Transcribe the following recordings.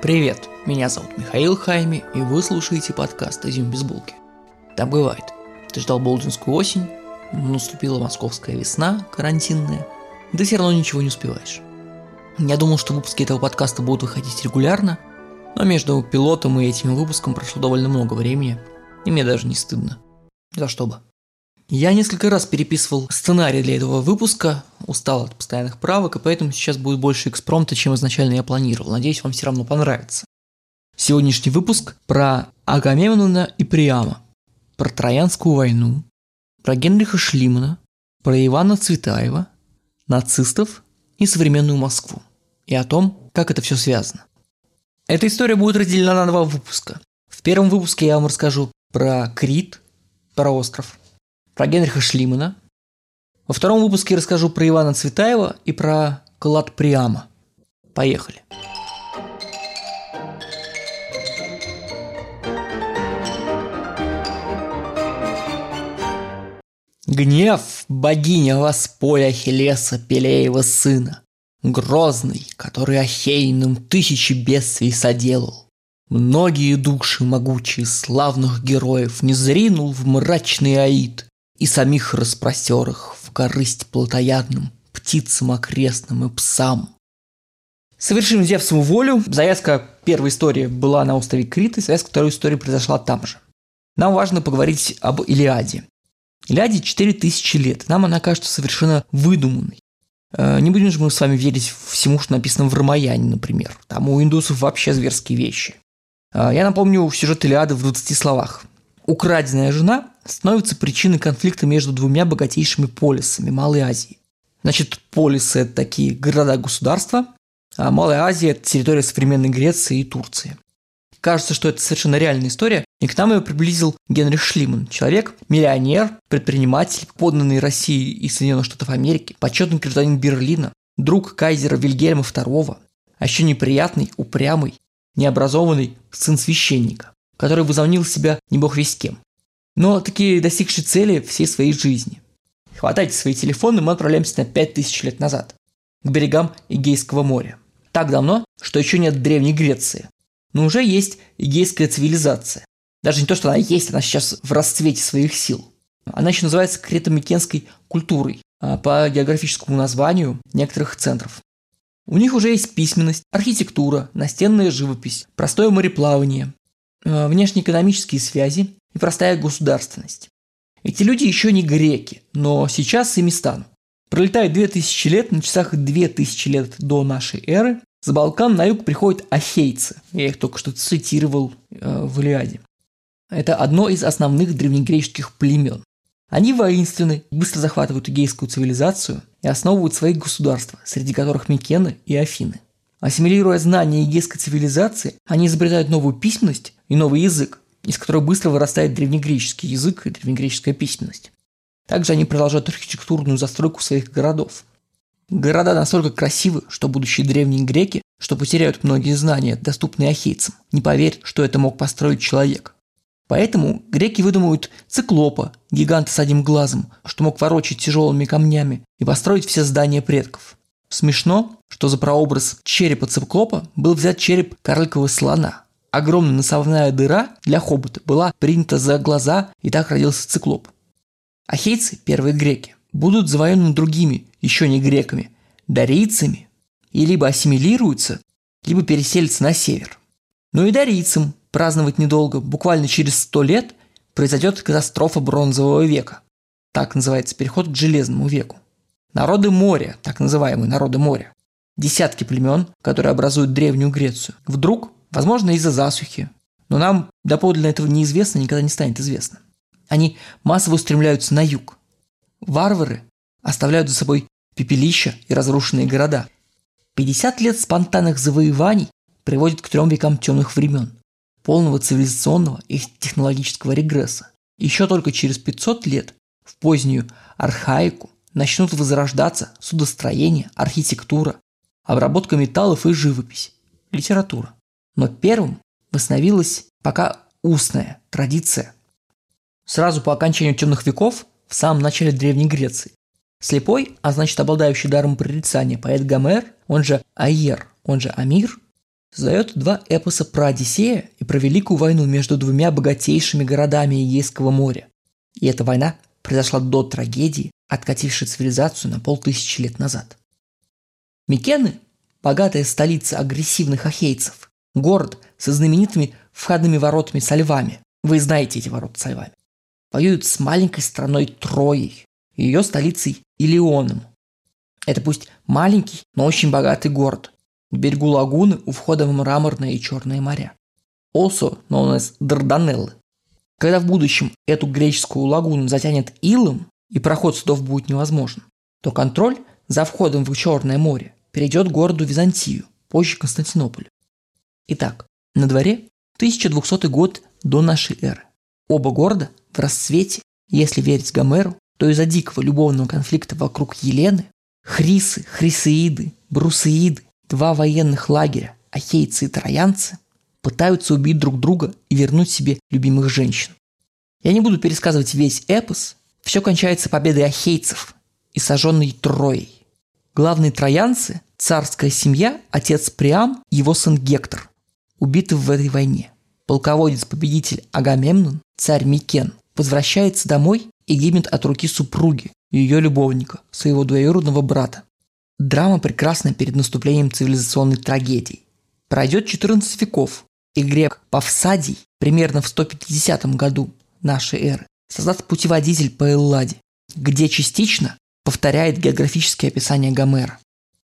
Привет, меня зовут Михаил Хайми, и вы слушаете подкаст «Изюм без булки». Так бывает. Ты ждал болдинскую осень, наступила московская весна, карантинная, и ты все равно ничего не успеваешь. Я думал, что выпуски этого подкаста будут выходить регулярно, но между пилотом и этим выпуском прошло довольно много времени, и мне даже не стыдно. За что бы. Я несколько раз переписывал сценарий для этого выпуска, устал от постоянных правок, и поэтому сейчас будет больше экспромта, чем изначально я планировал. Надеюсь, вам все равно понравится. Сегодняшний выпуск про Агамемнона и Приама, про Троянскую войну, про Генриха Шлимана, про Ивана Цветаева, нацистов и современную Москву, и о том, как это все связано. Эта история будет разделена на два выпуска. В первом выпуске я вам расскажу про Крит, про остров, про Генриха Шлимана. Во втором выпуске я расскажу про Ивана Цветаева и про клад Приама. Поехали. Гнев богиня воспоя Ахиллеса, Пелеева сына, грозный, который Ахейным тысячи бедствий соделал. Многие души могучие славных героев не зринул в мрачный Аид, и самих распростер их в корысть плотоядным, птицам окрестным и псам. Совершим Зевсову волю. Завязка первой истории была на острове Крит, и завязка второй истории произошла там же. Нам важно поговорить об Илиаде. Илиаде 4000 лет. Нам она кажется совершенно выдуманной. Не будем же мы с вами верить всему, что написано в Рамаяне, например. Там у индусов вообще зверские вещи. Я напомню сюжет Илиады в 20 словах. Украденная жена становится причиной конфликта между двумя богатейшими полисами Малой Азии. Значит, полисы – это такие города-государства, а Малая Азия – это территория современной Греции и Турции. Кажется, что это совершенно реальная история, и к нам ее приблизил Генрих Шлиман. Человек, миллионер, предприниматель, подданный России и Соединенных Штатов Америки, почетный гражданин Берлина, друг кайзера Вильгельма II, а еще неприятный, упрямый, необразованный сын священника, который возомнил себя не бог весть кем, но таки достигший цели всей своей жизни. Хватайте свои телефоны, мы отправляемся на 5000 лет назад, к берегам Эгейского моря. Так давно, что еще нет Древней Греции, но уже есть эгейская цивилизация. Даже не то, что она есть, она сейчас в расцвете своих сил. Она еще называется крето-микенской культурой, по географическому названию некоторых центров. У них уже есть письменность, архитектура, настенная живопись, простое мореплавание, внешнеэкономические связи и простая государственность. Эти люди еще не греки, но сейчас ими станут. Пролетает 2000 лет, на часах 2000 лет до нашей эры, с Балкан на юг приходят ахейцы. Я их только что цитировал в Илиаде. Это одно из основных древнегреческих племен. Они воинственны, быстро захватывают эгейскую цивилизацию и основывают свои государства, среди которых Микены и Афины. Ассимилируя знания эгейской цивилизации, они изобретают новую письменность и новый язык, из которого быстро вырастает древнегреческий язык и древнегреческая письменность. Также они продолжают архитектурную застройку своих городов. Города настолько красивы, что будущие древние греки, что потеряют многие знания, доступные ахейцам, не поверят, что это мог построить человек. Поэтому греки выдумывают циклопа, гиганта с одним глазом, что мог ворочать тяжелыми камнями и построить все здания предков. Смешно, что за прообраз черепа циклопа был взят череп карликового слона. Огромная носовая дыра для хобота была принята за глаза, и так родился циклоп. Ахейцы, первые греки, будут завоеваны другими, еще не греками, дарийцами, и либо ассимилируются, либо переселятся на север. Но и дарийцам праздновать недолго, буквально через 100 лет произойдет катастрофа бронзового века. Так называется переход к железному веку. Народы моря, так называемые народы моря, десятки племен, которые образуют Древнюю Грецию, вдруг, возможно, из-за засухи, но нам доподлинно этого неизвестно, никогда не станет известно. Они массово устремляются на юг. Варвары оставляют за собой пепелища и разрушенные города. 50 лет спонтанных завоеваний приводит к 3 векам темных времен, полного цивилизационного и технологического регресса. Еще только через 500 лет, в позднюю архаику, начнут возрождаться судостроение, архитектура, обработка металлов и живопись, литература. Но первым восстановилась пока устная традиция. Сразу по окончанию темных веков, в самом начале Древней Греции, слепой, а значит обладающий даром прорицания, поэт Гомер, он же Аер, он же Амир, создает два эпоса про Одиссея и про Великую войну между двумя богатейшими городами Эгейского моря. И эта война произошла до трагедии, откатившей цивилизацию на 500 лет назад. Микены – богатая столица агрессивных ахейцев, город со знаменитыми входными воротами со львами. Вы знаете эти ворота со львами. Воюют с маленькой страной Троей и ее столицей Илионом. Это пусть маленький, но очень богатый город. На берегу лагуны у входа в Мраморное и Черное моря. Also known as Дарданеллы. Когда в будущем эту греческую лагуну затянет илом и проход судов будет невозможен, то контроль за входом в Черное море перейдет к городу Византию, позже Константинополю. Итак, на дворе 1200 год до нашей эры. Оба города в расцвете, если верить Гомеру, то из-за дикого любовного конфликта вокруг Елены, Хрисы, Хрисеиды, Брусеиды, два военных лагеря, ахейцы и троянцы, пытаются убить друг друга и вернуть себе любимых женщин. Я не буду пересказывать весь эпос, все кончается победой ахейцев и сожженной Троей. Главные троянцы – царская семья, отец Приам и его сын Гектор, убиты в этой войне. Полководец-победитель Агамемнон, царь Микен, возвращается домой и гибнет от руки супруги, ее любовника, своего двоюродного брата. Драма прекрасна перед наступлением цивилизационной трагедии. Пройдет 14 веков, и грек Павсадий примерно в 150 году нашей эры создаст путеводитель по Элладе, где частично повторяет географические описания Гомера.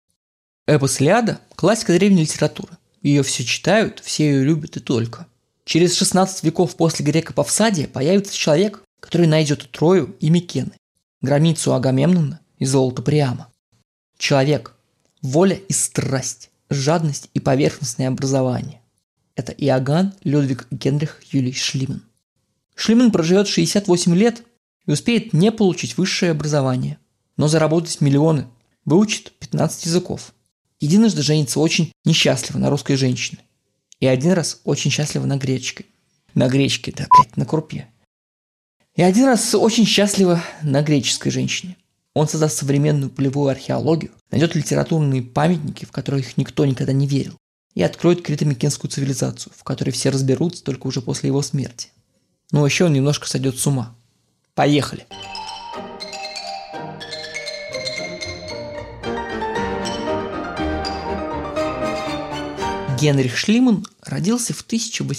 Эпос Илиада – классика древней литературы. Ее все читают, все ее любят и только. Через 16 веков после грека Павсадия появится человек, который найдет и Трою, и Микены, гробницу Агамемнона и золото Приама. Человек – воля и страсть, жадность и поверхностное образование. Это Иоганн Людвиг Генрих Юлий Шлиман. Шлиман проживет 68 лет и успеет не получить высшее образование, но заработать миллионы, выучит 15 языков. Единожды женится очень несчастливо на русской женщине. И один раз очень счастливо на гречке. На гречке, да, блядь, на крупе. И один раз очень счастливо на греческой женщине. Он создаст современную полевую археологию, найдет литературные памятники, в которых никто никогда не верил, и откроет крито-микенскую цивилизацию, в которой все разберутся только уже после его смерти. Но еще он немножко сойдет с ума. Поехали! Генрих Шлиман родился в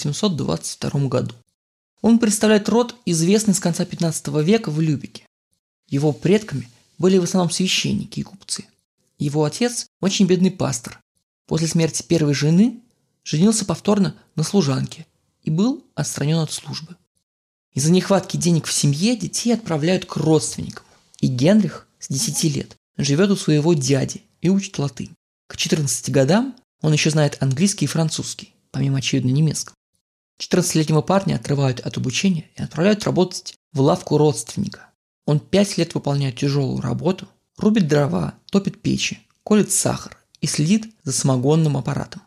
1822 году. Он представляет род, известный с конца 15 века в Любеке. Его предками были в основном священники и купцы. Его отец – очень бедный пастор. После смерти первой жены женился повторно на служанке и был отстранен от службы. Из-за нехватки денег в семье детей отправляют к родственникам. И Генрих с 10 лет живет у своего дяди и учит латынь. К 14 годам он еще знает английский и французский, помимо очевидно немецкого. 14-летнего парня отрывают от обучения и отправляют работать в лавку родственника. Он 5 лет выполняет тяжелую работу, рубит дрова, топит печи, колет сахар и следит за самогонным аппаратом.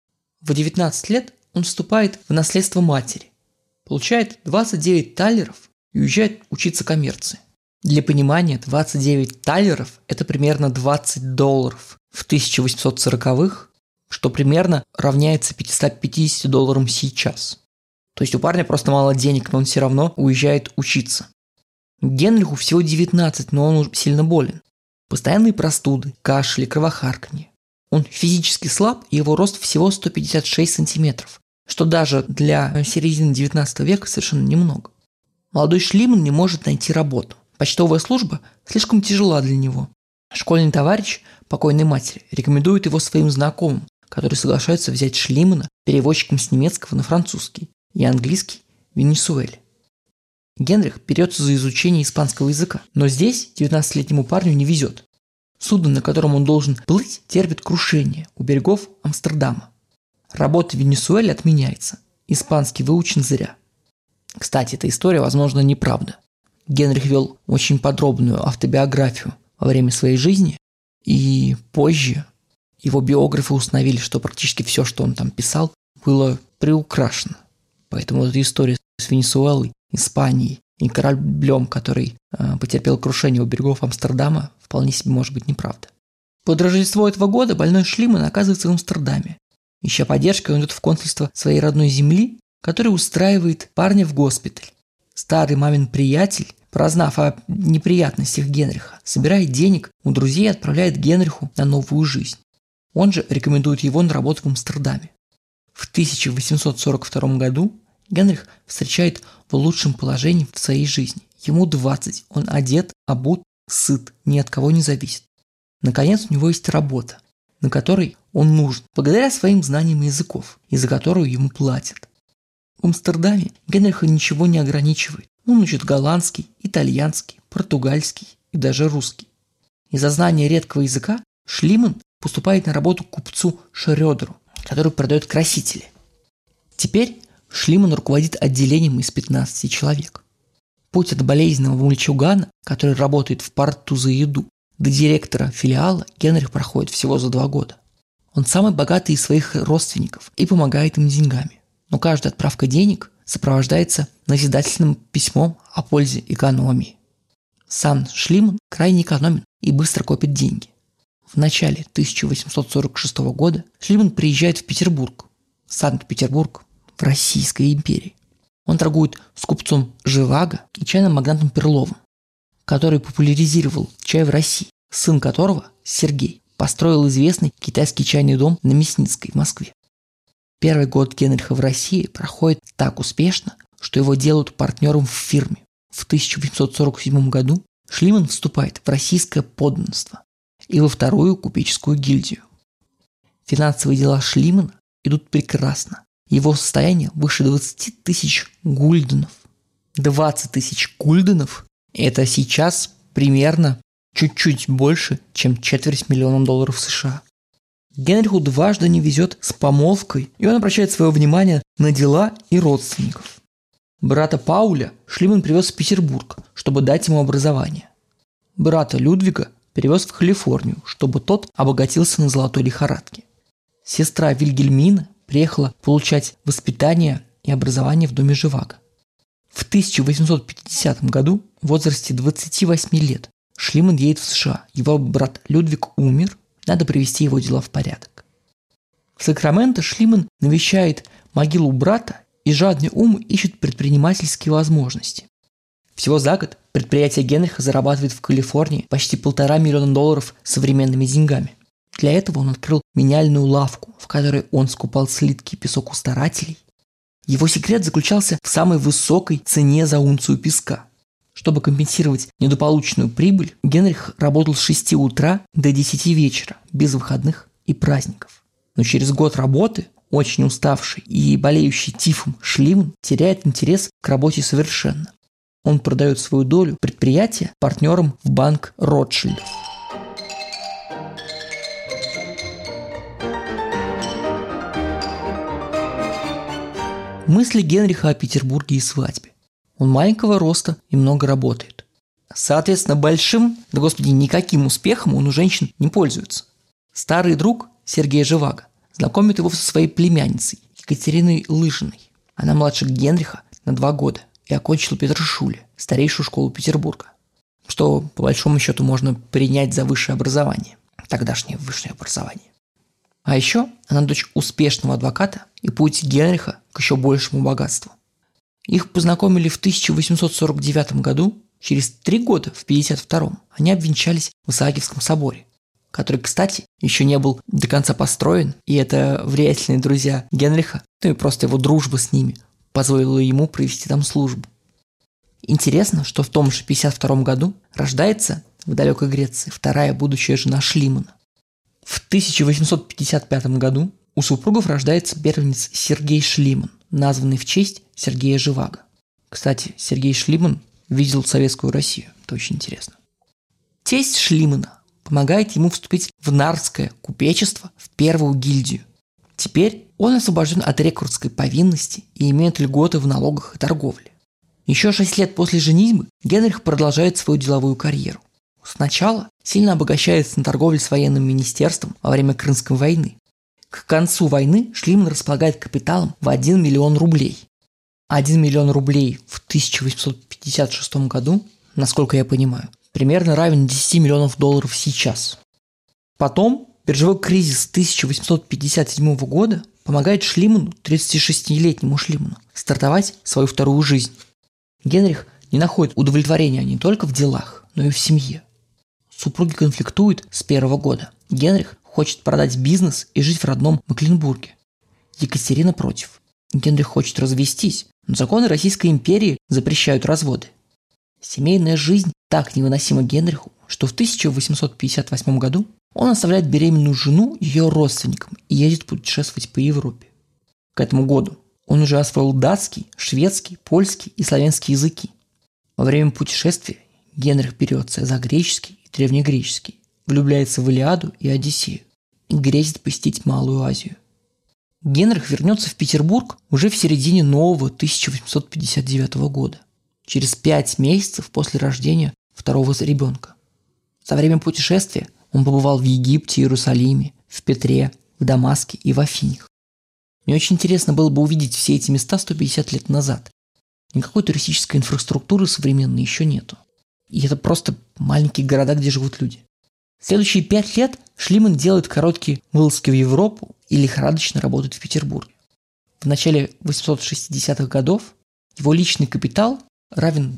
В 19 лет он вступает в наследство матери, получает 29 таллеров и уезжает учиться коммерции. Для понимания, 29 таллеров – это примерно $20 в 1840-х, что примерно равняется $550 сейчас. То есть у парня просто мало денег, но он все равно уезжает учиться. Генриху всего 19, но он уже сильно болен. Постоянные простуды, кашель, кровохарканье. Он физически слаб, и его рост всего 156 сантиметров, что даже для середины 19 века совершенно немного. Молодой Шлиман не может найти работу. Почтовая служба слишком тяжела для него. Школьный товарищ покойной матери рекомендует его своим знакомым, которые соглашаются взять Шлимана переводчиком с немецкого на французский и английский в Венесуэле. Генрих берется за изучение испанского языка, но здесь 19-летнему парню не везет. Судно, на котором он должен плыть, терпит крушение у берегов Амстердама. Работа в Венесуэле отменяется. Испанский выучен зря. Кстати, эта история, возможно, неправда. Генрих вел очень подробную автобиографию во время своей жизни, и позже его биографы установили, что практически все, что он там писал, было приукрашено. Поэтому эта история с Венесуэлой, Испанией и кораблем, который потерпел крушение у берегов Амстердама, вполне себе может быть неправда. Под Рождество этого года больной Шлиман оказывается в Амстердаме Ища поддержки, он идет в консульство своей родной земли, который устраивает парня в госпиталь. Старый мамин приятель, прознав о неприятностях Генриха, собирает денег у друзей и отправляет Генриху на новую жизнь. Он же рекомендует его на работу в Амстердаме. В 1842 году Генрих встречает в лучшем положении в своей жизни. Ему 20, он одет, обут, сыт, ни от кого не зависит. Наконец, у него есть работа, на которой он нужен, благодаря своим знаниям языков, и за которую ему платят. В Амстердаме Генриха ничего не ограничивает. Он учит голландский, итальянский, португальский и даже русский. Из-за знания редкого языка Шлиман поступает на работу к купцу Шрёдеру, который продает красители. Теперь Шлиман руководит отделением из 15 человек. Путь от болезненного мальчугана, который работает в порту за еду, до директора филиала Генрих проходит всего за 2 года. Он самый богатый из своих родственников и помогает им деньгами. Но каждая отправка денег сопровождается назидательным письмом о пользе экономии. Сам Шлиман крайне экономен и быстро копит деньги. В начале 1846 года Шлиман приезжает в Петербург, Санкт-Петербург, в Российской империи. Он торгует с купцом Живаго и чайным магнатом Перловым, который популяризировал чай в России, сын которого, Сергей, построил известный китайский чайный дом на Мясницкой в Москве. Первый год Генриха в России проходит так успешно, что его делают партнером в фирме. В 1847 году Шлиман вступает в российское подданство и во вторую купеческую гильдию. Финансовые дела Шлимана идут прекрасно. Его состояние выше 20 тысяч гульденов. 20 тысяч гульденов – это сейчас примерно чуть-чуть больше, чем $250 000 США. Генриху дважды не везет с помолвкой, и он обращает свое внимание на дела и родственников. Брата Пауля Шлиман привез в Петербург, чтобы дать ему образование. Брата Людвига перевез в Калифорнию, чтобы тот обогатился на золотой лихорадке. Сестра Вильгельмина приехала получать воспитание и образование в доме Живаго. В 1850 году, в возрасте 28 лет, Шлиман едет в США. Его брат Людвиг умер, надо привести его дела в порядок. В Сакраменто Шлиман навещает могилу брата, и жадный ум ищет предпринимательские возможности. Всего за год предприятие Генриха зарабатывает в Калифорнии почти $1,5 миллиона современными деньгами. Для этого он открыл меняльную лавку, в которой он скупал слитки и песок у старателей. Его секрет заключался в самой высокой цене за унцию песка. Чтобы компенсировать недополученную прибыль, Генрих работал с 6 утра до 10 вечера, без выходных и праздников. Но через год работы, очень уставший и болеющий тифом Шлиман теряет интерес к работе совершенно. Он продает свою долю предприятия партнерам в банк Ротшильдов. Мысли Генриха о Петербурге и свадьбе. Он маленького роста и много работает. Соответственно, большим, да господи, никаким успехом он у женщин не пользуется. Старый друг Сергей Живаго знакомит его со своей племянницей Екатериной Лыжиной. Она младше Генриха на 2 года и окончила Петершуле, старейшую школу Петербурга, что по большому счету можно принять за высшее образование, тогдашнее высшее образование. А еще она дочь успешного адвоката и путь Генриха к еще большему богатству. Их познакомили в 1849 году, через 3 года, в 1952 они обвенчались в Исаакиевском соборе, который, кстати, еще не был до конца построен, и это влиятельные друзья Генриха, ну и просто его дружба с ними, позволила ему провести там службу. Интересно, что в том же 1952 году рождается в далекой Греции вторая будущая жена Шлимана. В 1855 году у супругов рождается первенец Сергей Шлиман, названный в честь Сергея Живаго. Кстати, Сергей Шлиман видел советскую Россию. Это очень интересно. Тесть Шлимана помогает ему вступить в нарское купечество, в первую гильдию. Теперь он освобожден от рекрутской повинности и имеет льготы в налогах и торговле. Еще 6 лет после женитьбы Генрих продолжает свою деловую карьеру. Сначала сильно обогащается на торговле с военным министерством во время Крымской войны. К концу войны Шлиман располагает капиталом в 1 миллион рублей. 1 миллион рублей в 1856 году, насколько я понимаю, примерно равен $10 миллионов сейчас. Потом биржевой кризис 1857 года помогает Шлиману, 36-летнему Шлиману, стартовать свою вторую жизнь. Генрих не находит удовлетворения не только в делах, но и в семье. Супруги конфликтуют с первого года. Генрих хочет продать бизнес и жить в родном Мекленбурге. Екатерина против. Генрих хочет развестись, но законы Российской империи запрещают разводы. Семейная жизнь так невыносима Генриху, что в 1858 году он оставляет беременную жену ее родственникам и едет путешествовать по Европе. К этому году он уже освоил датский, шведский, польский и славянский языки. Во время путешествия Генрих берется за греческий и древнегреческий, влюбляется в Илиаду и Одиссею и грезит посетить Малую Азию. Генрих вернется в Петербург уже в середине нового 1859 года, через 5 месяцев после рождения второго ребенка. За время путешествия он побывал в Египте, Иерусалиме, в Петре, в Дамаске и в Афинах. Мне очень интересно было бы увидеть все эти места 150 лет назад. Никакой туристической инфраструктуры современной еще нету. И это просто маленькие города, где живут люди. Следующие 5 лет Шлиман делает короткие вылазки в Европу и лихорадочно работает в Петербурге. В начале 860-х годов его личный капитал равен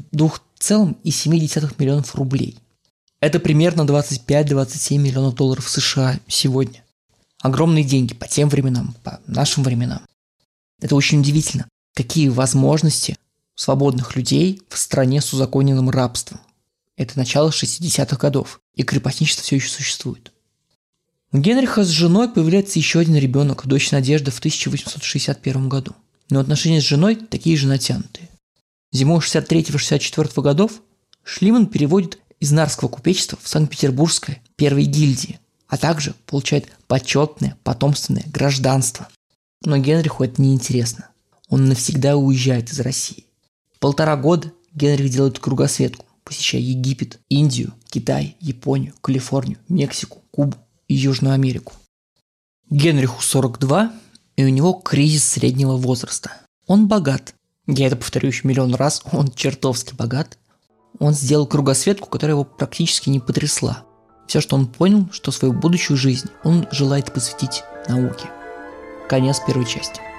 2,7 миллионов рублей. Это примерно 25-27 миллионов долларов США сегодня. Огромные деньги по тем временам, по нашим временам. Это очень удивительно, какие возможности свободных людей в стране с узаконенным рабством. Это начало 60-х годов, и крепостничество все еще существует. У Генриха с женой появляется еще один ребенок, дочь Надежда, в 1861 году. Но отношения с женой такие же натянутые. Зимой 63-64 годов Шлиман переводит из Нарского купечества в Санкт-Петербургское первой гильдии, а также получает почетное потомственное гражданство. Но Генриху это не интересно. Он навсегда уезжает из России. 1,5 года Генрих делает кругосветку, посещая Египет, Индию, Китай, Японию, Калифорнию, Мексику, Кубу и Южную Америку. Генриху 42, и у него кризис среднего возраста. Он богат. Я это повторю еще миллион раз, он чертовски богат. Он сделал кругосветку, которая его практически не потрясла. Все, что он понял, что свою будущую жизнь он желает посвятить науке. Конец первой части.